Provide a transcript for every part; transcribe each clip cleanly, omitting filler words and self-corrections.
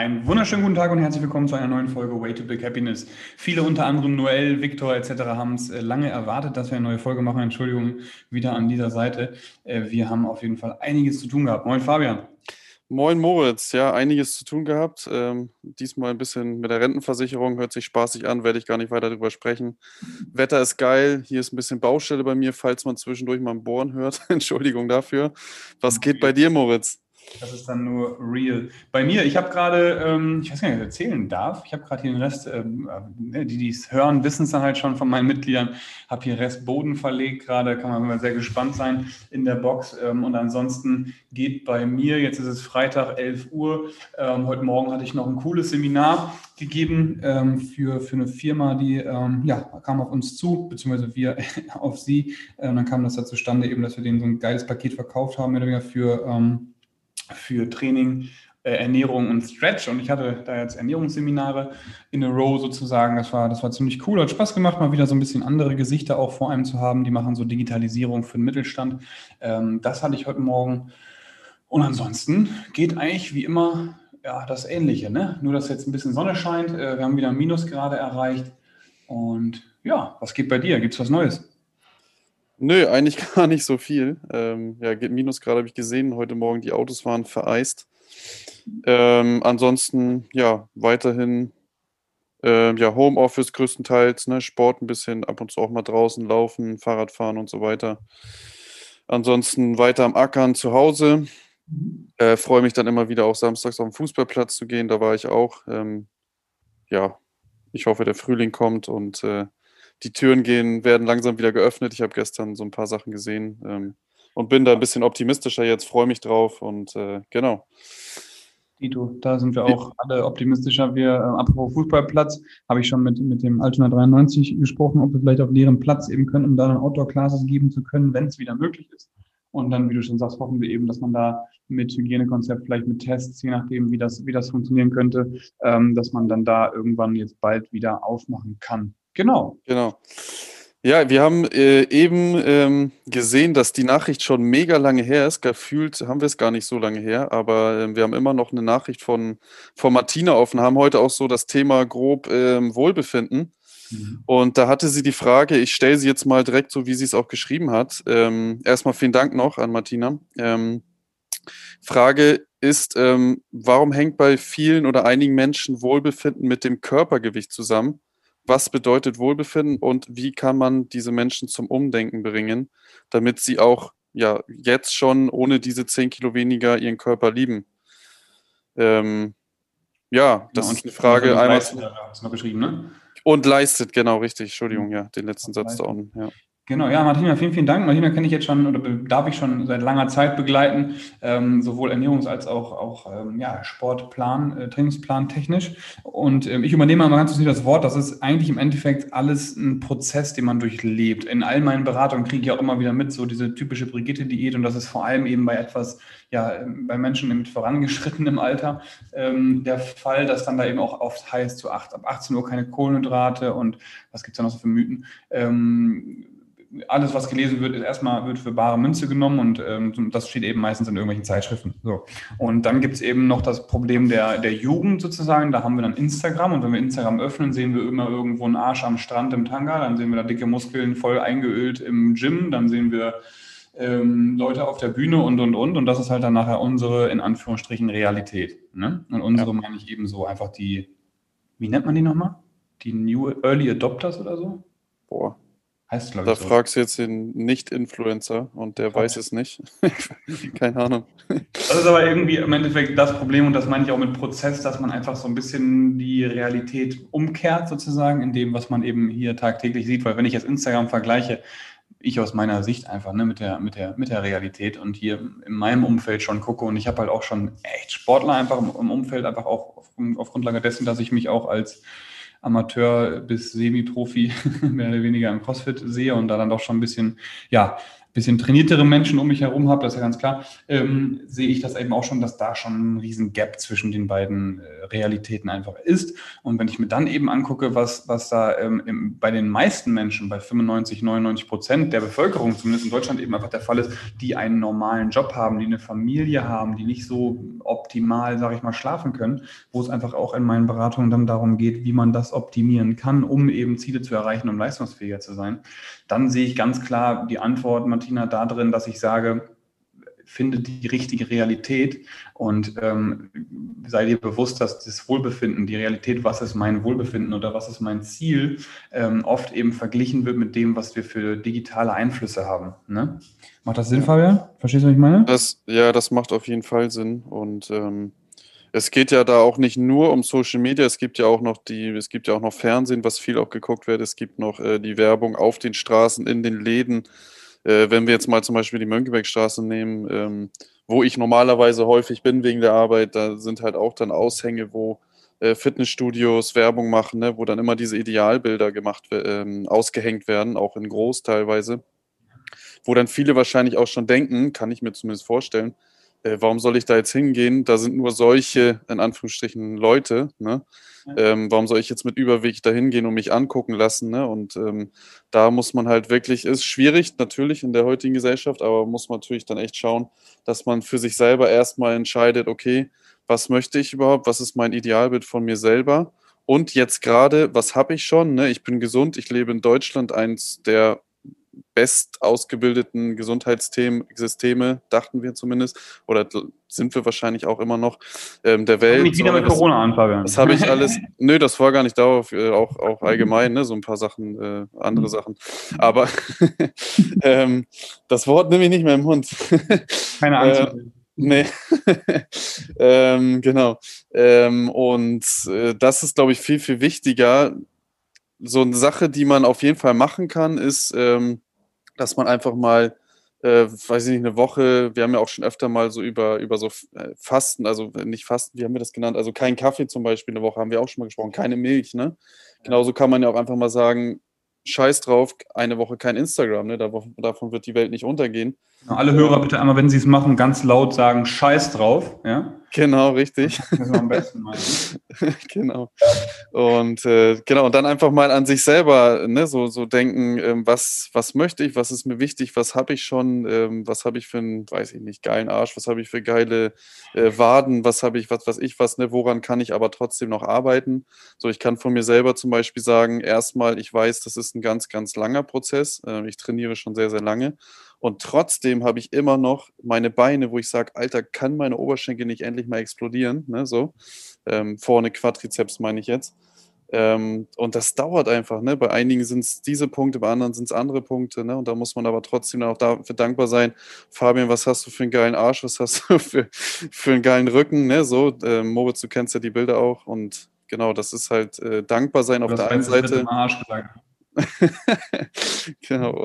Einen wunderschönen guten Tag und herzlich willkommen zu einer neuen Folge Way to Big Happiness. Viele, unter anderem Noel, Viktor etc. haben es lange erwartet, dass wir eine neue Folge machen. Entschuldigung wieder an dieser Seite. Wir haben auf jeden Fall einiges zu tun gehabt. Moin Fabian. Moin Moritz, ja, einiges zu tun gehabt. Diesmal ein bisschen mit der Rentenversicherung, hört sich spaßig an, werde ich gar nicht weiter drüber sprechen. Wetter ist geil, hier ist ein bisschen Baustelle bei mir, falls man zwischendurch mal ein Bohren hört. Entschuldigung dafür. Was geht bei dir, Moritz? Das ist dann nur real. Bei mir, ich habe gerade, ich weiß gar nicht, ob ich erzählen darf, ich habe gerade hier den Rest, die es hören, wissen es dann halt schon von meinen Mitgliedern, habe hier Rest Boden verlegt gerade, kann man immer sehr gespannt sein in der Box. Und ansonsten geht bei mir, jetzt ist es Freitag, 11 Uhr, heute Morgen hatte ich noch ein cooles Seminar gegeben für eine Firma, die kam auf uns zu, beziehungsweise wir auf sie. Und dann kam das da zustande eben, dass wir denen so ein geiles Paket verkauft haben, mehr oder weniger für Training, Ernährung und Stretch. Und ich hatte da jetzt Ernährungsseminare in a row sozusagen. Das war ziemlich cool, hat Spaß gemacht, mal wieder so ein bisschen andere Gesichter auch vor einem zu haben. Die machen so Digitalisierung für den Mittelstand. Das hatte ich heute Morgen. Und ansonsten geht eigentlich wie immer das Ähnliche, ne? Nur, dass jetzt ein bisschen Sonne scheint. Wir haben wieder Minusgrade erreicht. Und ja, was geht bei dir? Gibt es was Neues? Nö, eigentlich gar nicht so viel. Geht Minusgrade, habe ich gesehen. Heute Morgen die Autos waren vereist. Ansonsten, ja, weiterhin Homeoffice größtenteils, ne, Sport ein bisschen, ab und zu auch mal draußen laufen, Fahrrad fahren und so weiter. Ansonsten weiter am Ackern zu Hause. Freue mich dann immer wieder auch samstags auf den Fußballplatz zu gehen. Da war ich auch. Ich hoffe, der Frühling kommt und die Türen werden langsam wieder geöffnet. Ich habe gestern so ein paar Sachen gesehen und bin da ein bisschen optimistischer jetzt, freue mich drauf und genau. Dito, da sind wir auch alle optimistischer. Apropos Fußballplatz, habe ich schon mit dem Altona 93 gesprochen, ob wir vielleicht auf leeren Platz eben können, um da dann Outdoor-Classes geben zu können, wenn es wieder möglich ist. Und dann, wie du schon sagst, hoffen wir eben, dass man da mit Hygienekonzept, vielleicht mit Tests, je nachdem, wie das funktionieren könnte, dass man dann da irgendwann jetzt bald wieder aufmachen kann. Genau. Genau. Ja, wir haben eben gesehen, dass die Nachricht schon mega lange her ist. Gefühlt haben wir es gar nicht so lange her, aber wir haben immer noch eine Nachricht von Martina offen, haben heute auch so das Thema grob Wohlbefinden. Und da hatte sie die Frage, ich stelle sie jetzt mal direkt so, wie sie es auch geschrieben hat. Erstmal vielen Dank noch an Martina. Frage ist, warum hängt bei vielen oder einigen Menschen Wohlbefinden mit dem Körpergewicht zusammen? Was bedeutet Wohlbefinden und wie kann man diese Menschen zum Umdenken bringen, damit sie auch jetzt schon ohne diese 10 Kilo weniger ihren Körper lieben? Das ist eine Frage. Einmal hast du noch geschrieben, ne? und leistet, genau, richtig. Entschuldigung, ja, den letzten Satz da unten. Ja. Genau, ja, Martina, vielen, vielen Dank. Martina kenne ich jetzt schon oder darf ich schon seit langer Zeit begleiten, sowohl Ernährungs- als auch Sportplan, Trainingsplan technisch. Und ich übernehme mal ganz kurz das Wort. Das ist eigentlich im Endeffekt alles ein Prozess, den man durchlebt. In all meinen Beratungen kriege ich auch immer wieder mit, so diese typische Brigitte-Diät. Und das ist vor allem eben bei Menschen mit vorangeschrittenem Alter der Fall, dass dann da eben auch oft heißt, ab 18 Uhr keine Kohlenhydrate und was gibt es da noch so für Mythen? Alles, was gelesen wird, wird für bare Münze genommen und das steht eben meistens in irgendwelchen Zeitschriften. So. Und dann gibt es eben noch das Problem der Jugend sozusagen. Da haben wir dann Instagram und wenn wir Instagram öffnen, sehen wir immer irgendwo einen Arsch am Strand im Tanga, dann sehen wir da dicke Muskeln voll eingeölt im Gym, dann sehen wir Leute auf der Bühne und das ist halt dann nachher unsere, in Anführungsstrichen, Realität. Ne? Und unsere meine ich eben so einfach wie nennt man die nochmal? Die New Early Adopters oder so? Boah. Heißt, glaube Da ich, so. fragst du jetzt den Nicht-Influencer und der weiß es nicht. Keine Ahnung. Das ist aber irgendwie im Endeffekt das Problem und das meine ich auch mit Prozess, dass man einfach so ein bisschen die Realität umkehrt sozusagen in dem, was man eben hier tagtäglich sieht. Weil wenn ich jetzt Instagram vergleiche, ich aus meiner Sicht einfach mit der Realität und hier in meinem Umfeld schon gucke und ich habe halt auch schon echt Sportler einfach im Umfeld, einfach auch auf Grundlage dessen, dass ich mich auch als Amateur bis Semi-Profi mehr oder weniger im CrossFit sehe und da dann doch schon ein bisschen trainiertere Menschen um mich herum habe, das ist ja ganz klar, sehe ich das eben auch schon, dass da schon ein riesen Gap zwischen den beiden Realitäten einfach ist. Und wenn ich mir dann eben angucke, was da bei den meisten Menschen, bei 95-99% der Bevölkerung, zumindest in Deutschland eben einfach der Fall ist, die einen normalen Job haben, die eine Familie haben, die nicht so optimal, sage ich mal, schlafen können, wo es einfach auch in meinen Beratungen dann darum geht, wie man das optimieren kann, um eben Ziele zu erreichen, um leistungsfähiger zu sein, dann sehe ich ganz klar die Antwort, Martina, da drin, dass ich sage, finde die richtige Realität und sei dir bewusst, dass das Wohlbefinden, die Realität, was ist mein Wohlbefinden oder was ist mein Ziel, oft eben verglichen wird mit dem, was wir für digitale Einflüsse haben. Ne? Macht das Sinn, Fabian? Verstehst du, was ich meine? Das macht auf jeden Fall Sinn. Und es geht ja da auch nicht nur um Social Media, es gibt ja auch noch Fernsehen, was viel auch geguckt wird. Es gibt noch die Werbung auf den Straßen, in den Läden. Wenn wir jetzt mal zum Beispiel die Mönckebergstraße nehmen, wo ich normalerweise häufig bin wegen der Arbeit, da sind halt auch dann Aushänge, wo Fitnessstudios Werbung machen, ne, wo dann immer diese Idealbilder ausgehängt werden, auch in groß teilweise, wo dann viele wahrscheinlich auch schon denken, kann ich mir zumindest vorstellen, warum soll ich da jetzt hingehen? Da sind nur solche, in Anführungsstrichen, Leute, ne? Warum soll ich jetzt mit Überweg da hingehen und mich angucken lassen? Ne? Und da muss man halt wirklich, ist schwierig natürlich in der heutigen Gesellschaft, aber muss man natürlich dann echt schauen, dass man für sich selber erstmal entscheidet, okay, was möchte ich überhaupt? Was ist mein Idealbild von mir selber? Und jetzt gerade, was habe ich schon? Ne? Ich bin gesund, ich lebe in Deutschland, eins der best ausgebildeten Gesundheitssysteme, dachten wir zumindest, oder sind wir wahrscheinlich auch immer noch, der Welt. Nicht wieder mit Corona an, Fabian. Das habe ich alles, nö, das war gar nicht darauf, auch allgemein, ne, so ein paar Sachen, andere Sachen. Aber das Wort nehme ich nicht mehr im Mund. Keine Angst. Nee. Genau. Und das ist, glaube ich, viel, viel wichtiger. So eine Sache, die man auf jeden Fall machen kann, ist, dass man einfach mal, weiß ich nicht, eine Woche, wir haben ja auch schon öfter mal so über so Fasten, also nicht Fasten, wie haben wir das genannt? Also kein Kaffee zum Beispiel eine Woche, haben wir auch schon mal gesprochen, keine Milch, ne? Genauso kann man ja auch einfach mal sagen, scheiß drauf, eine Woche kein Instagram, ne? Davon wird die Welt nicht untergehen. Alle Hörer bitte einmal, wenn sie es machen, ganz laut sagen, scheiß drauf, ja? Genau, richtig. Das ist am besten meinen. Genau. Und genau, und dann einfach mal an sich selber, ne, so denken, was möchte ich, was ist mir wichtig, was habe ich schon, was habe ich für einen, weiß ich nicht, geilen Arsch, was habe ich für geile Waden, was habe ich, was, ne, woran kann ich aber trotzdem noch arbeiten? So, ich kann von mir selber zum Beispiel sagen, erstmal, ich weiß, das ist ein ganz, ganz langer Prozess. Ich trainiere schon sehr, sehr lange. Und trotzdem habe ich immer noch meine Beine, wo ich sage, Alter, kann meine Oberschenkel nicht endlich mal explodieren? Ne, so. Vorne Quadrizeps meine ich jetzt. Und das dauert einfach. Ne? Bei einigen sind es diese Punkte, bei anderen sind es andere Punkte. Ne? Und da muss man aber trotzdem auch dafür dankbar sein. Fabian, was hast du für einen geilen Arsch? Was hast du für einen geilen Rücken? Ne? So, Moritz, du kennst ja die Bilder auch. Und genau, das ist halt dankbar sein auf der einen Seite. Arsch gesagt. Genau,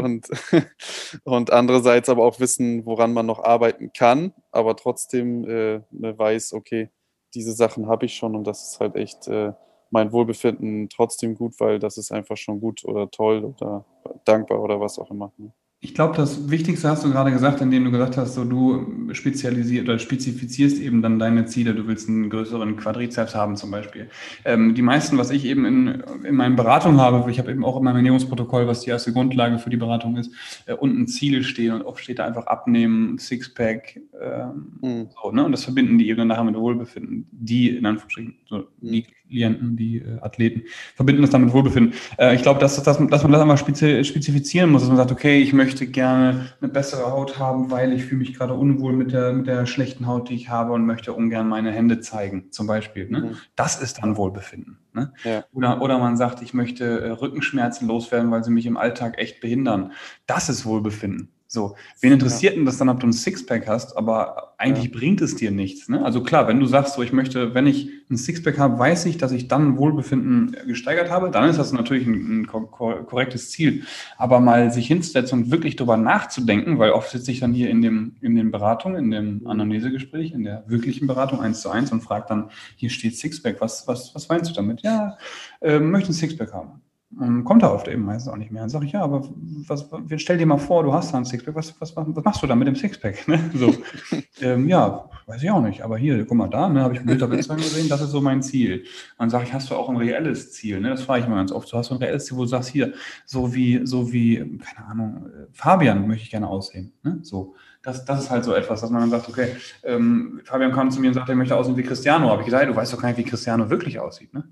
und andererseits aber auch wissen, woran man noch arbeiten kann, aber trotzdem weiß, okay, diese Sachen habe ich schon und das ist halt echt mein Wohlbefinden trotzdem gut, weil das ist einfach schon gut oder toll oder dankbar oder was auch immer. Ich glaube, das Wichtigste hast du gerade gesagt, indem du gesagt hast, so du spezialisierst oder spezifizierst eben dann deine Ziele. Du willst einen größeren Quadrizeps haben zum Beispiel. Die meisten, was ich eben in meinen Beratungen habe, ich habe eben auch in meinem Ernährungsprotokoll, was die erste Grundlage für die Beratung ist, unten Ziele stehen und oft steht da einfach Abnehmen, Sixpack, so, ne? Und das verbinden die eben nachher mit Wohlbefinden. Die, in Anführungsstrichen, so, die Klienten, die Athleten, verbinden das dann mit Wohlbefinden. Ich glaube, dass man das einfach spezifizieren muss, dass man sagt, okay, ich möchte gerne eine bessere Haut haben, weil ich fühle mich gerade unwohl mit der schlechten Haut, die ich habe und möchte ungern meine Hände zeigen, zum Beispiel. Ne? Das ist dann Wohlbefinden. Ne? Ja. Oder man sagt, ich möchte Rückenschmerzen loswerden, weil sie mich im Alltag echt behindern. Das ist Wohlbefinden. So, wen interessiert denn das dann, ob du ein Sixpack hast, aber eigentlich bringt es dir nichts. Ne? Also klar, wenn du sagst, so ich möchte, wenn ich ein Sixpack habe, weiß ich, dass ich dann Wohlbefinden gesteigert habe, dann ist das natürlich ein korrektes Ziel. Aber mal sich hinzusetzen und wirklich drüber nachzudenken, weil oft sitze ich dann hier in den Beratungen, in dem Anamnesegespräch, in der wirklichen Beratung 1:1 und frage dann, hier steht Sixpack, was meinst du damit? Ja, möchte ein Sixpack haben. Und kommt er oft eben meistens auch nicht mehr. Dann sage ich, ja, aber stell dir mal vor, du hast da ein Sixpack, was machst du da mit dem Sixpack? Ne? So, ja, weiß ich auch nicht, aber hier, guck mal da, ne, habe ich ein Bild auf Instagram gesehen, das ist so mein Ziel. Dann sage ich, hast du auch ein reelles Ziel? Ne? Das frage ich immer ganz oft. So, hast du ein reelles Ziel, wo du sagst, hier, so wie, keine Ahnung, Fabian möchte ich gerne aussehen. Ne? So, das ist halt so etwas, dass man dann sagt, okay, Fabian kam zu mir und sagte, er möchte aussehen wie Cristiano. Habe ich gesagt, hey, du weißt doch gar nicht, wie Cristiano wirklich aussieht. Ne?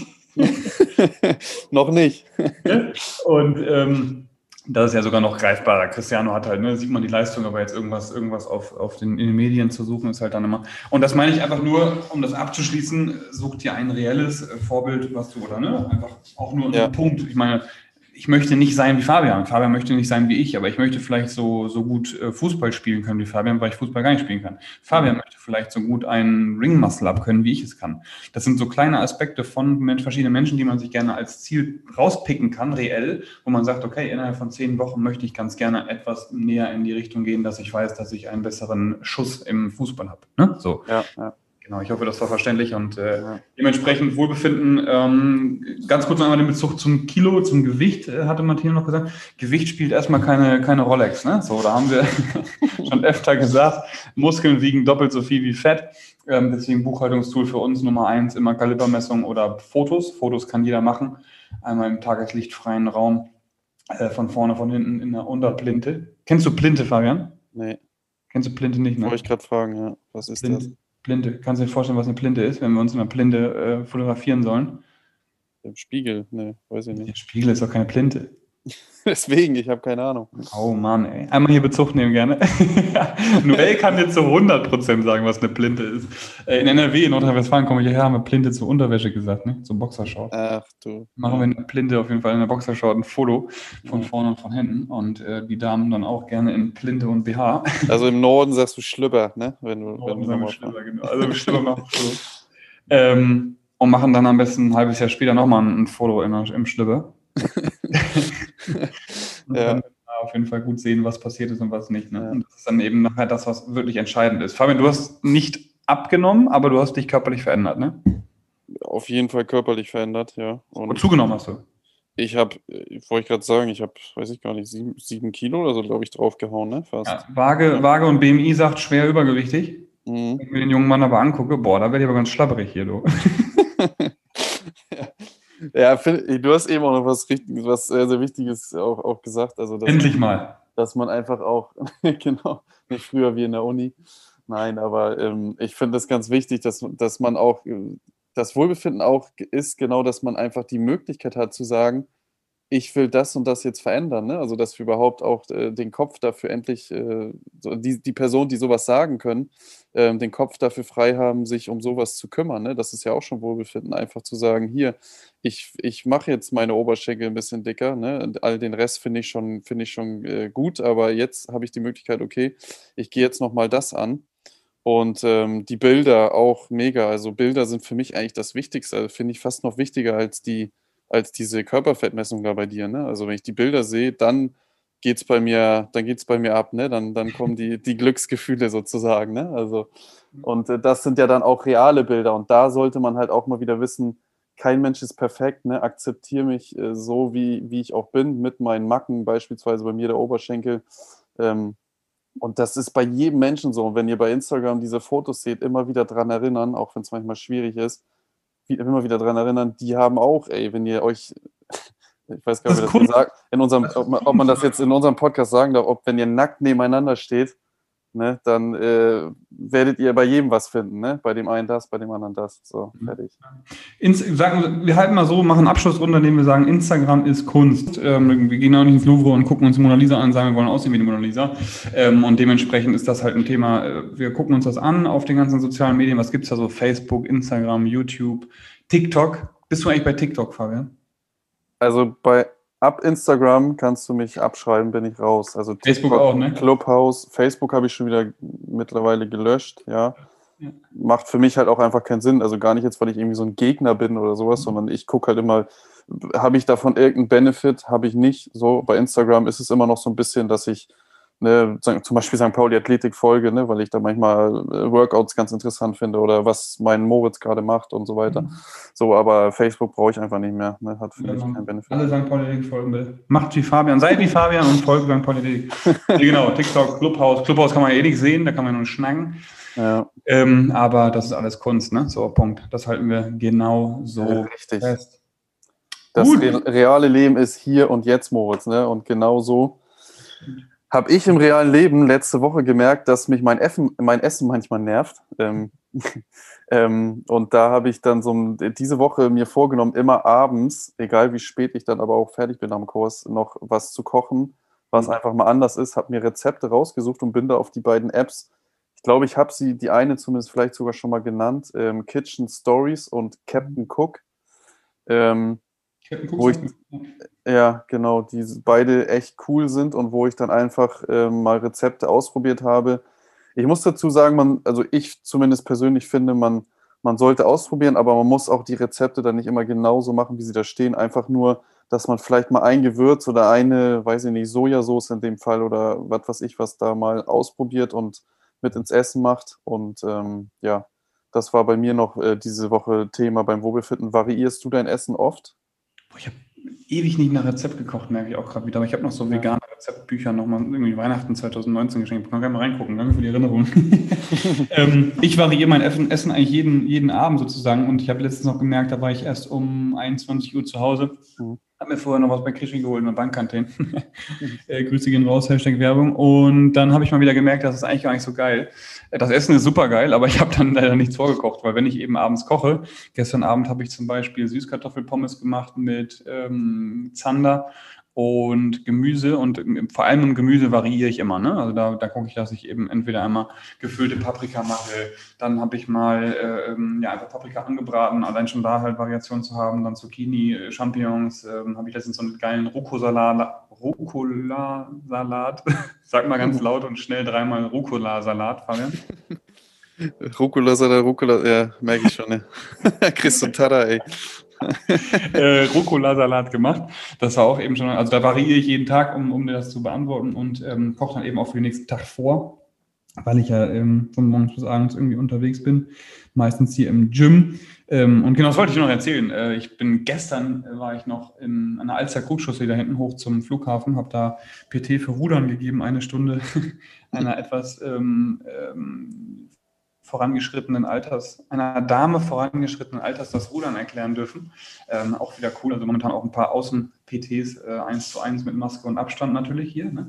Noch nicht. Und das ist ja sogar noch greifbarer. Cristiano hat halt, ne, sieht man die Leistung, aber jetzt irgendwas in den Medien zu suchen, ist halt dann immer. Und das meine ich einfach nur, um das abzuschließen, such dir ein reelles Vorbild, was du, oder ne? Einfach auch nur ein Punkt. Ich meine, ich möchte nicht sein wie Fabian. Fabian möchte nicht sein wie ich, aber ich möchte vielleicht so gut Fußball spielen können wie Fabian, weil ich Fußball gar nicht spielen kann. Fabian möchte vielleicht so gut einen Ring-Muscle-Up können, wie ich es kann. Das sind so kleine Aspekte von verschiedenen Menschen, die man sich gerne als Ziel rauspicken kann, reell, wo man sagt, okay, innerhalb von 10 Wochen möchte ich ganz gerne etwas näher in die Richtung gehen, dass ich weiß, dass ich einen besseren Schuss im Fußball habe. Ne? So. Ja. Genau, ich hoffe, das war verständlich und dementsprechend Wohlbefinden. Ganz kurz einmal den Bezug zum Kilo, zum Gewicht, hatte Martina noch gesagt. Gewicht spielt erstmal keine Rolex. Ne? So, da haben wir schon öfter gesagt, Muskeln wiegen doppelt so viel wie Fett. Deswegen Buchhaltungstool für uns Nummer 1, immer Kalibermessung oder Fotos. Fotos kann jeder machen. Einmal im tageslichtfreien Raum, von vorne, von hinten in der Unterplinte. Kennst du Plinte, Fabian? Nee. Kennst du Plinte nicht? Ne? Wollte ich gerade fragen, ja. Was ist das? Plinte. Kannst du dir vorstellen, was eine Plinte ist, wenn wir uns in einer Plinte fotografieren sollen? Im Spiegel? Nee, weiß ich Der nicht. Spiegel ist doch keine Plinte. Deswegen, ich habe keine Ahnung. Oh Mann, ey. Einmal hier Bezug nehmen gerne. Noel kann dir zu 100% sagen, was eine Plinte ist. In NRW, in Nordrhein-Westfalen, komme ich hierher, haben wir Plinte zu Unterwäsche gesagt, ne? Zu Boxershort. Ach du. Machen wir in der Plinte auf jeden Fall in der Boxershort ein Foto von vorne und von hinten und die Damen dann auch gerne in Plinte und BH. Also im Norden sagst du Schlüpper, ne? Wenn du Schlüpper, genau. Also im Schlüpper machen wir Foto. Und machen dann am besten ein halbes Jahr später nochmal ein Foto im Schlüpper. Und dann auf jeden Fall gut sehen, was passiert ist und was nicht. Ne? Ja. Und das ist dann eben nachher das, was wirklich entscheidend ist. Fabian, du hast nicht abgenommen, aber du hast dich körperlich verändert, ne? Auf jeden Fall körperlich verändert, ja. Und zugenommen hast du? Wollte ich gerade sagen, ich habe, weiß ich gar nicht, 7 Kilo oder so, glaube ich, draufgehauen, ne? Fast. Ja, Waage und BMI sagt schwer übergewichtig. Wenn ich mir den jungen Mann aber angucke, boah, da werde ich aber ganz schlabberig hier, du. Ja, du hast eben auch noch was sehr, sehr Wichtiges auch gesagt. Also, endlich mal. Dass man einfach auch, genau, nicht früher wie in der Uni. Nein, aber ich finde das ganz wichtig, dass man auch, das Wohlbefinden auch ist genau, dass man einfach die Möglichkeit hat zu sagen, ich will das und das jetzt verändern. Ne? Also, dass wir überhaupt auch den Kopf dafür endlich, die Person, die sowas sagen können, den Kopf dafür frei haben, sich um sowas zu kümmern. Ne? Das ist ja auch schon Wohlbefinden, einfach zu sagen, hier, ich mache jetzt meine Oberschenkel ein bisschen dicker. Ne? Und all den Rest finde ich schon gut, aber jetzt habe ich die Möglichkeit, okay, ich gehe jetzt nochmal das an. Und die Bilder auch mega. Also Bilder sind für mich eigentlich das Wichtigste. Also finde ich fast noch wichtiger als diese Körperfettmessung da bei dir, ne? Also wenn ich die Bilder sehe, dann geht's bei mir ab, ne? Dann kommen die Glücksgefühle sozusagen, ne? Also, und das sind ja dann auch reale Bilder. Und da sollte man halt auch mal wieder wissen, kein Mensch ist perfekt, ne? Akzeptiere mich so, wie ich auch bin, mit meinen Macken, beispielsweise bei mir der Oberschenkel. Und das ist bei jedem Menschen so. Und wenn ihr bei Instagram diese Fotos seht, immer wieder dran erinnern, auch wenn es manchmal schwierig ist, immer wieder dran erinnern, die haben auch, wenn ihr euch, ich weiß gar nicht, wie das gesagt, ob man das jetzt in unserem Podcast sagen darf, wenn ihr nackt nebeneinander steht, ne, dann werdet ihr bei jedem was finden, ne? Bei dem einen das, bei dem anderen das. So, fertig. Wir halten mal so, machen Abschlussrunde, indem wir sagen, Instagram ist Kunst. Wir gehen auch nicht ins Louvre und gucken uns Mona Lisa an, sagen, wir wollen aussehen wie die Mona Lisa. Und dementsprechend ist das halt ein Thema. Wir gucken uns das an auf den ganzen sozialen Medien. Was gibt es da so? Facebook, Instagram, YouTube, TikTok. Bist du eigentlich bei TikTok, Fabian? Also ab Instagram kannst du mich abschreiben, bin ich raus. Also Facebook TikTok, auch, ne? Clubhouse, Facebook habe ich schon wieder mittlerweile gelöscht, ja. Macht für mich halt auch einfach keinen Sinn. Also gar nicht jetzt, weil ich irgendwie so ein Gegner bin oder sowas, sondern ich gucke halt immer, habe ich davon irgendeinen Benefit, habe ich nicht. So, bei Instagram ist es immer noch so ein bisschen, dass ich ne, zum Beispiel St. Pauli Athletik folge, ne, weil ich da manchmal Workouts ganz interessant finde oder was mein Moritz gerade macht und so weiter. So, aber Facebook brauche ich einfach nicht mehr. Ne, hat für mich keinen Benefit. Alle St. Pauli folgen will. Macht wie Fabian, seid wie Fabian und folgt St. Pauli. Genau, TikTok, Clubhouse. Clubhouse kann man ja eh nicht sehen, da kann man nur schnacken. Ja. Aber das ist alles Kunst, ne? So, Punkt. Das halten wir genau so fest. Das reale Leben ist hier und jetzt, Moritz, ne? Und genau so habe ich im realen Leben letzte Woche gemerkt, dass mich mein Essen manchmal nervt. Und da habe ich dann diese Woche mir vorgenommen, immer abends, egal wie spät ich dann aber auch fertig bin am Kurs, noch was zu kochen, was einfach mal anders ist. Habe mir Rezepte rausgesucht und bin da auf die beiden Apps. Ich glaube, ich habe die eine zumindest vielleicht sogar schon mal genannt, Kitchen Stories und Captain Cook. Ja, genau, die beide echt cool sind und wo ich dann einfach mal Rezepte ausprobiert habe. Ich muss dazu sagen, also ich zumindest persönlich finde, man sollte ausprobieren, aber man muss auch die Rezepte dann nicht immer genauso machen, wie sie da stehen. Einfach nur, dass man vielleicht mal ein Gewürz oder eine, weiß ich nicht, Sojasauce in dem Fall oder was weiß ich, was da mal ausprobiert und mit ins Essen macht. Und ja, das war bei mir noch diese Woche Thema beim Wohlbefinden. Variierst du dein Essen oft? Ich habe ewig nicht nach Rezept gekocht, merke ich auch gerade wieder. Aber ich habe noch so vegane Rezeptbücher nochmal irgendwie Weihnachten 2019 geschenkt. Kann gerne mal reingucken. Danke für die Erinnerung. Ich variiere mein Essen eigentlich jeden Abend sozusagen. Und ich habe letztens noch gemerkt, da war ich erst um 21 Uhr zu Hause. Habe mir vorher noch was bei Krischi geholt, eine Bankkantine. Grüße gehen raus, Hashtag Werbung. Und dann habe ich mal wieder gemerkt, das ist eigentlich gar nicht so geil. Das Essen ist super geil, aber ich habe dann leider nichts vorgekocht, weil wenn ich eben abends koche, gestern Abend habe ich zum Beispiel Süßkartoffelpommes gemacht mit Zander und Gemüse und vor allem im Gemüse variiere ich immer. Ne? Also da gucke ich, dass ich eben entweder einmal gefüllte Paprika mache, dann habe ich mal einfach Paprika angebraten, allein schon da halt Variationen zu haben, dann Zucchini, Champignons, habe ich letztens so einen geilen Rucola-Salat. Sag mal ganz laut und schnell dreimal Rucola-Salat, Fabian. Rucola, ja, merke ich schon, ne? Chris und Tada, ey. Rucola-Salat gemacht. Das war auch eben schon, also da variiere ich jeden Tag, um mir das zu beantworten und koche dann eben auch für den nächsten Tag vor, weil ich ja von morgens bis abends irgendwie unterwegs bin, meistens hier im Gym. Und genau, das wollte ich noch erzählen. Gestern war ich noch an der Alster Krugchaussee da hinten hoch zum Flughafen, habe da PT für Rudern gegeben, eine Stunde einer etwas einer Dame vorangeschrittenen Alters das Rudern erklären dürfen. Auch wieder cool, also momentan auch ein paar Außen-PTs 1:1 mit Maske und Abstand natürlich hier. Ne?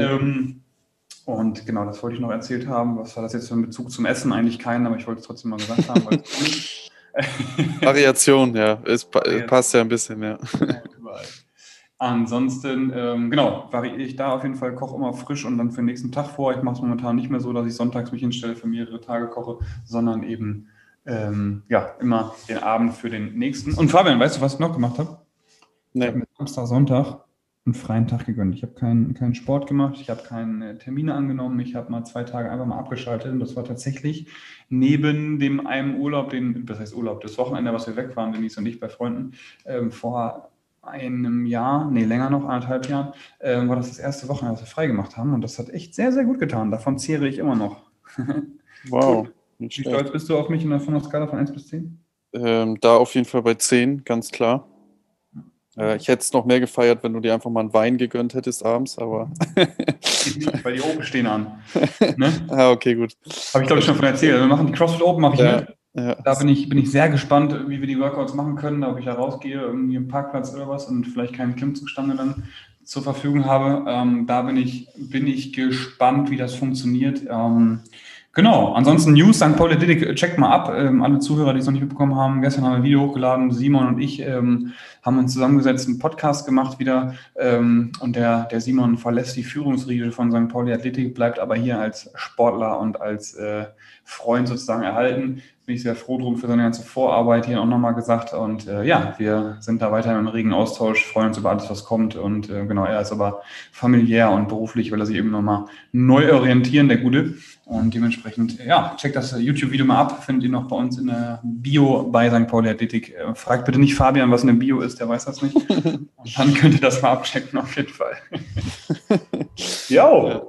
Und genau, das wollte ich noch erzählt haben. Was war das jetzt für ein Bezug zum Essen? Eigentlich keinen, aber ich wollte es trotzdem mal gesagt haben, weil es cool ist. Variation, ja. Passt ja ein bisschen, ja. Überall. Ansonsten, variiere ich da auf jeden Fall, koche immer frisch und dann für den nächsten Tag vor. Ich mache es momentan nicht mehr so, dass ich sonntags mich hinstelle, für mehrere Tage koche, sondern eben immer den Abend für den nächsten. Und Fabian, weißt du, was ich noch gemacht habe? Nee. Ich habe mir Samstag, Sonntag einen freien Tag gegönnt. Ich habe keinen Sport gemacht, ich habe keine Termine angenommen, ich habe mal 2 Tage einfach mal abgeschaltet und das war tatsächlich neben dem einen Urlaub, das Wochenende, was wir weg waren, Denise und ich bei Freunden, vor einem Jahr, länger noch, 1,5 Jahren, war das erste Wochenende, was wir frei gemacht haben und das hat echt sehr, sehr gut getan. Davon zehre ich immer noch. Wow. Wie stolz bist du auf mich von der Skala von 1 bis 10? Da auf jeden Fall bei 10, ganz klar. Ich hätte es noch mehr gefeiert, wenn du dir einfach mal einen Wein gegönnt hättest abends, aber... Nicht, weil die Open stehen an. Ne? Okay, gut. Habe ich, glaube ich, schon von erzählt. Wir machen die CrossFit Open, mache ich mit. Ja. Da bin ich sehr gespannt, wie wir die Workouts machen können, ob ich da rausgehe, irgendwie im Parkplatz oder was und vielleicht keinen Klimmzugstange dann zur Verfügung habe. Da bin ich gespannt, wie das funktioniert. Genau, ansonsten News, St. Pauli Athletik, checkt mal ab. Alle Zuhörer, die es noch nicht mitbekommen haben, gestern haben wir ein Video hochgeladen, Simon und ich haben uns zusammengesetzt, einen Podcast gemacht wieder und der Simon verlässt die Führungsriege von St. Pauli Athletik, bleibt aber hier als Sportler und als Freund sozusagen erhalten. Bin ich sehr froh drum für seine ganze Vorarbeit hier auch nochmal gesagt und wir sind da weiterhin im regen Austausch, freuen uns über alles, was kommt und er ist aber familiär und beruflich, will er sich eben nochmal neu orientieren, der Gute. Und dementsprechend, checkt das YouTube-Video mal ab, findet ihr noch bei uns in der Bio bei St. Pauli Athletik. Fragt bitte nicht Fabian, was eine Bio ist, der weiß das nicht. Und dann könnt ihr das mal abchecken, auf jeden Fall. Jo!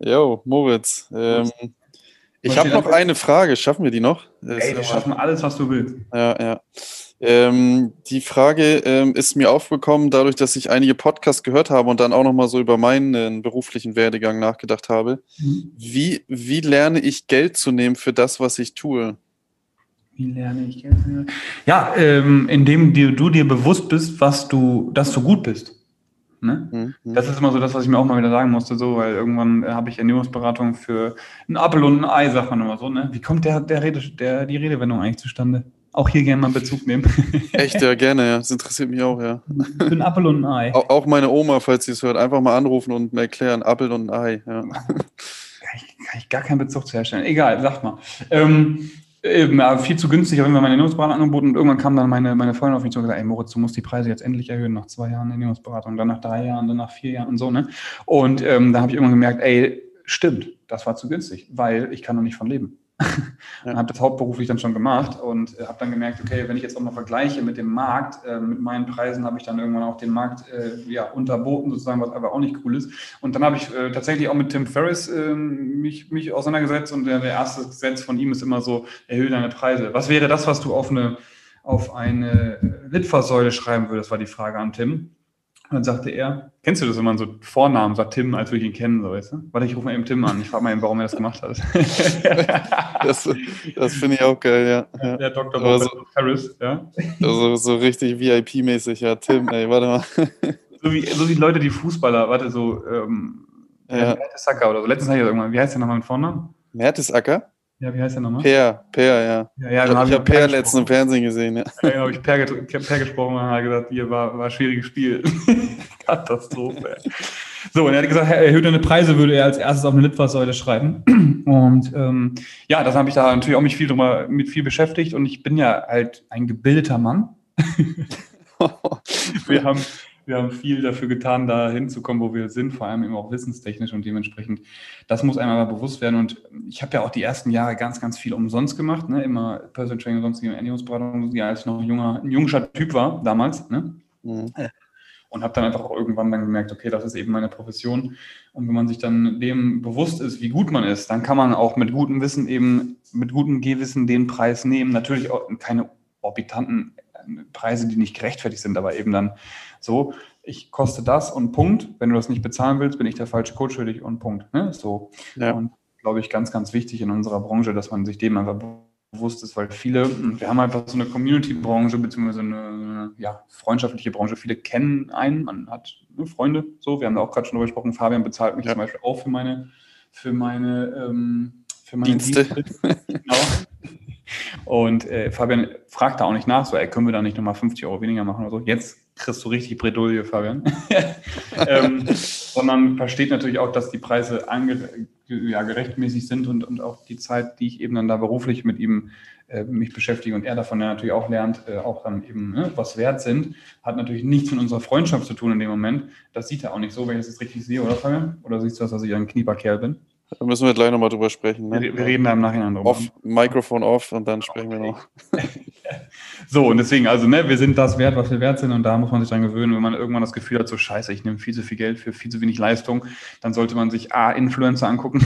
Jo, Moritz. Ich Was habe steht noch an? eine Frage. Schaffen wir die noch? Ey, wir schaffen alles, was du willst. Ja, ja. Die Frage ist mir aufgekommen, dadurch, dass ich einige Podcasts gehört habe und dann auch nochmal so über meinen beruflichen Werdegang nachgedacht habe. Wie lerne ich Geld zu nehmen für das, was ich tue? Wie lerne ich Geld? Ja, indem du dir bewusst bist, dass du gut bist. Ne? Das ist immer so das, was ich mir auch mal wieder sagen musste, so, weil irgendwann habe ich Ernährungsberatung für einen Apfel und ein Ei, sagt man immer so. Ne? Wie kommt die Redewendung eigentlich zustande? Auch hier gerne mal Bezug nehmen. Echt, ja, gerne, ja. Das interessiert mich auch, ja. Für einen Apfel und ein Ei. Auch meine Oma, falls sie es hört, einfach mal anrufen und mir erklären, Apfel und ein Ei. Ja. Kann ich gar keinen Bezug zu herstellen. Egal, sag mal. Ja, viel zu günstig, habe ich mir meine Ernährungsberatung angeboten und irgendwann kam dann meine Freundin auf mich zu und gesagt, ey Moritz, du musst die Preise jetzt endlich erhöhen, nach 2 Jahren Ernährungsberatung, dann nach 3 Jahren, dann nach 4 Jahren und so, ne? Und da habe ich irgendwann gemerkt, ey, stimmt, das war zu günstig, weil ich kann noch nicht von leben. Und habe das hauptberuflich dann schon gemacht und habe dann gemerkt, okay, wenn ich jetzt auch mal vergleiche mit dem Markt, mit meinen Preisen habe ich dann irgendwann auch den Markt unterboten sozusagen, was aber auch nicht cool ist. Und dann habe ich tatsächlich auch mit Tim Ferriss mich auseinandergesetzt und der erste Satz von ihm ist immer so, erhöhe deine Preise. Was wäre das, was du auf eine Litfaßsäule schreiben würdest, war die Frage an Tim. Und dann sagte er, kennst du das, wenn man so Vornamen sagt, Tim, als würde ich ihn kennen, so, weißt du? Warte, ich rufe mal eben Tim an. Ich frage mal eben, warum er das gemacht hat. Das finde ich auch geil, ja. Der Dr. Bob Harris, ja. So richtig VIP-mäßig, ja. Tim, ey, warte mal. So wie Leute, die Fußballer, Mertesacker oder so. Letztens habe ich irgendwann, wie heißt der nochmal mit Vornamen? Mertesacker? Ja, wie heißt der nochmal? Per, ja. Ja, ich habe Per letztens im Fernsehen gesehen, ja. Ja, genau, ich habe Per gesprochen und habe gesagt, hier war ein schwieriges Spiel. Katastrophe. So, und er hat gesagt, erhöht deine Preise würde er als erstes auf eine Litfaßsäule schreiben. Und das habe ich da natürlich auch mich mit viel beschäftigt und ich bin ja halt ein gebildeter Mann. Wir haben viel dafür getan, da hinzukommen, wo wir sind, vor allem eben auch wissenstechnisch und dementsprechend, das muss einem aber bewusst werden und ich habe ja auch die ersten Jahre ganz, ganz viel umsonst gemacht, ne? Immer Personal Training, sonstige Ernährungsberatung, ja, als ich noch ein junger Typ war damals, ne? Und habe dann einfach auch irgendwann dann gemerkt, okay, das ist eben meine Profession und wenn man sich dann dem bewusst ist, wie gut man ist, dann kann man auch mit gutem Wissen eben, mit gutem Gehwissen den Preis nehmen, natürlich auch keine orbitanten Preise, die nicht gerechtfertigt sind, aber eben dann so, ich koste das und Punkt. Wenn du das nicht bezahlen willst, bin ich der falsche Coach für dich und Punkt. Ne? So. Ja. Und glaube ich, ganz, ganz wichtig in unserer Branche, dass man sich dem einfach bewusst ist, weil wir haben einfach so eine Community-Branche, beziehungsweise eine freundschaftliche Branche. Viele kennen einen, man hat Freunde, so. Wir haben da auch gerade schon drüber gesprochen. Fabian bezahlt mich zum Beispiel auch für meine Dienste. Genau. Und Fabian fragt da auch nicht nach, so, können wir da nicht nochmal 50 Euro weniger machen oder so. Jetzt kriegst du richtig Bredouille, Fabian. Sondern versteht natürlich auch, dass die Preise gerechtmäßig sind und auch die Zeit, die ich eben dann da beruflich mit ihm mich beschäftige und er davon ja natürlich auch lernt, auch dann eben was wert sind, hat natürlich nichts mit unserer Freundschaft zu tun in dem Moment. Das sieht er auch nicht so, wenn ich das jetzt richtig sehe, oder Fabian? Oder siehst du das, dass ich ein Knieperkerl bin? Da müssen wir gleich nochmal drüber sprechen. Ne? Wir reden da im Nachhinein drüber. Mikrofon off und dann sprechen wir noch. So, und deswegen, also wir sind das wert, was wir wert sind und da muss man sich dran gewöhnen. Wenn man irgendwann das Gefühl hat, so scheiße, ich nehme viel zu viel Geld für viel zu wenig Leistung, dann sollte man sich Influencer angucken.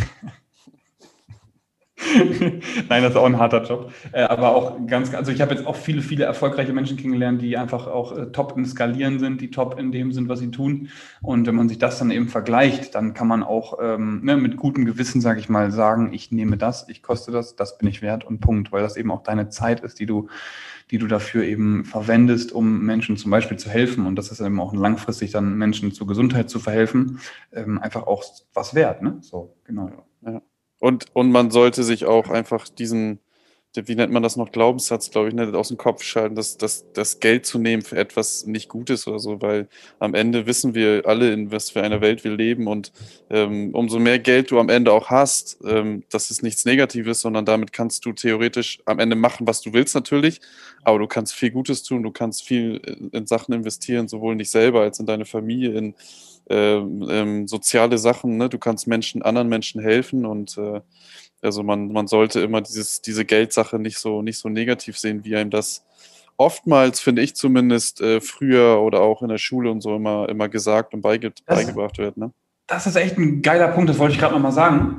Nein, das ist auch ein harter Job. Aber auch also ich habe jetzt auch viele, viele erfolgreiche Menschen kennengelernt, die einfach auch top im Skalieren sind, die top in dem sind, was sie tun. Und wenn man sich das dann eben vergleicht, dann kann man auch mit gutem Gewissen, sage ich mal, sagen, ich nehme das, ich koste das bin ich wert und Punkt. Weil das eben auch deine Zeit ist, die du dafür eben verwendest, um Menschen zum Beispiel zu helfen. Und das ist eben auch langfristig dann Menschen zur Gesundheit zu verhelfen, einfach auch was wert. Ne? So, genau. Ja. Und man sollte sich auch einfach diesen, wie nennt man das noch, Glaubenssatz, glaube ich, nicht aus dem Kopf schalten, das Geld zu nehmen für etwas nicht Gutes oder so, weil am Ende wissen wir alle, in was für einer Welt wir leben und umso mehr Geld du am Ende auch hast, das ist nichts Negatives, sondern damit kannst du theoretisch am Ende machen, was du willst natürlich, aber du kannst viel Gutes tun, du kannst viel in Sachen investieren, sowohl in dich selber als in deine Familie, in soziale Sachen, ne? Du kannst anderen Menschen helfen und also man sollte immer diese Geldsache nicht so negativ sehen, wie einem das oftmals, finde ich zumindest, früher oder auch in der Schule und so immer gesagt und beigebracht wird. Ne? Das ist echt ein geiler Punkt, das wollte ich gerade nochmal sagen.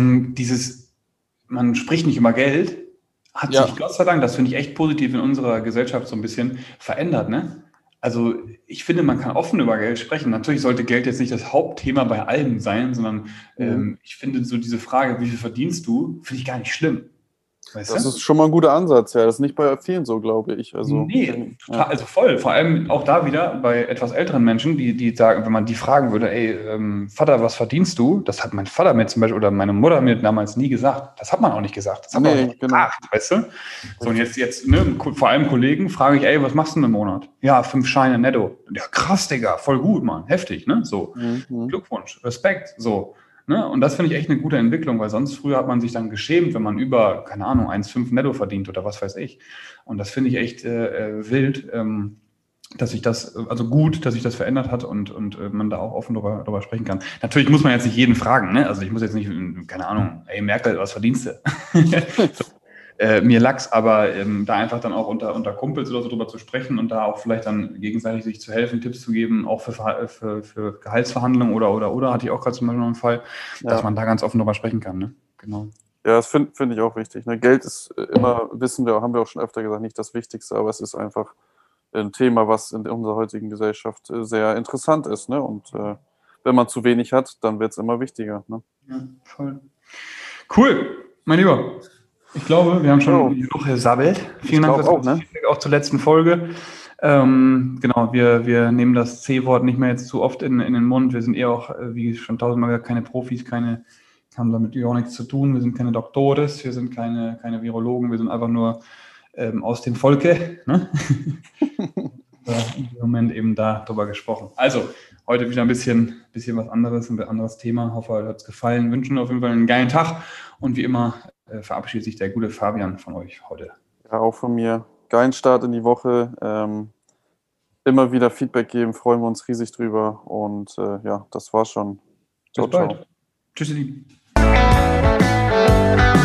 Man spricht nicht über Geld, hat Ja, sich Gott sei Dank, das finde ich echt positiv in unserer Gesellschaft so ein bisschen verändert, ne? Also ich finde, man kann offen über Geld sprechen. Natürlich sollte Geld jetzt nicht das Hauptthema bei allem sein, sondern mhm. ich finde so diese Frage, wie viel verdienst du, finde ich gar nicht schlimm. Weißt Das du? ist schon mal ein guter Ansatz, ja. Das ist nicht bei vielen so, glaube ich. Also, Nee, total, ja. also voll. Vor allem auch da wieder bei etwas älteren Menschen, die sagen, wenn man die fragen würde, ey, Vater, was verdienst du? Das hat mein Vater mir zum Beispiel oder meine Mutter mir damals nie gesagt. Das hat man auch nicht gesagt. Das hat man auch Nee, nicht genau. gefragt, weißt du? So, und Richtig. jetzt ne, vor allem Kollegen frage ich, ey, was machst du denn im Monat? Ja, 5 Scheine netto. Ja, krass, Digga, voll gut, Mann. Heftig, ne? So, Mhm. Glückwunsch, Respekt, so. Ne? Und das finde ich echt eine gute Entwicklung, weil sonst früher hat man sich dann geschämt, wenn man über, keine Ahnung, 1,5 netto verdient oder was weiß ich. Und das finde ich echt wild, dass sich das, also gut, dass sich das verändert hat und man da auch offen darüber sprechen kann. Natürlich muss man jetzt nicht jeden fragen, ne? Also ich muss jetzt nicht, keine Ahnung, ey Merkel, was verdienst du? Mir Lachs, aber da einfach dann auch unter Kumpels oder so drüber zu sprechen und da auch vielleicht dann gegenseitig sich zu helfen, Tipps zu geben, auch für Gehaltsverhandlungen oder, hatte ich auch gerade zum Beispiel noch einen Fall, dass Ja. man da ganz offen drüber sprechen kann, ne? Genau. Ja, das find ich auch wichtig. Ne? Geld ist immer, wissen wir, haben wir auch schon öfter gesagt, nicht das Wichtigste, aber es ist einfach ein Thema, was in unserer heutigen Gesellschaft sehr interessant ist. Ne? Und wenn man zu wenig hat, dann wird es immer wichtiger. Ne? Ja, voll. Cool, mein Lieber. Ich glaube, wir haben schon Jo, genug gesabbelt. ich Vielen Dank glaube fürs auch, kurze ne? Feedback auch zur letzten Folge. Genau, wir nehmen das C-Wort nicht mehr jetzt zu oft in den Mund. Wir sind eher auch, wie schon tausendmal gesagt, keine Profis, haben damit auch nichts zu tun. Wir sind keine Doktores, wir sind keine Virologen, wir sind einfach nur aus dem Volke. Ne? Im Moment eben darüber gesprochen. Also, heute wieder ein bisschen was anderes, ein anderes Thema. Hoffe, euch hat es gefallen. Wünschen auf jeden Fall einen geilen Tag. Und wie immer verabschiedet sich der gute Fabian von euch heute. Ja, auch von mir. Geilen Start in die Woche. Immer wieder Feedback geben, freuen wir uns riesig drüber. Und ja, das war's schon. Bis Ciao, ciao. bald. Tschüssi.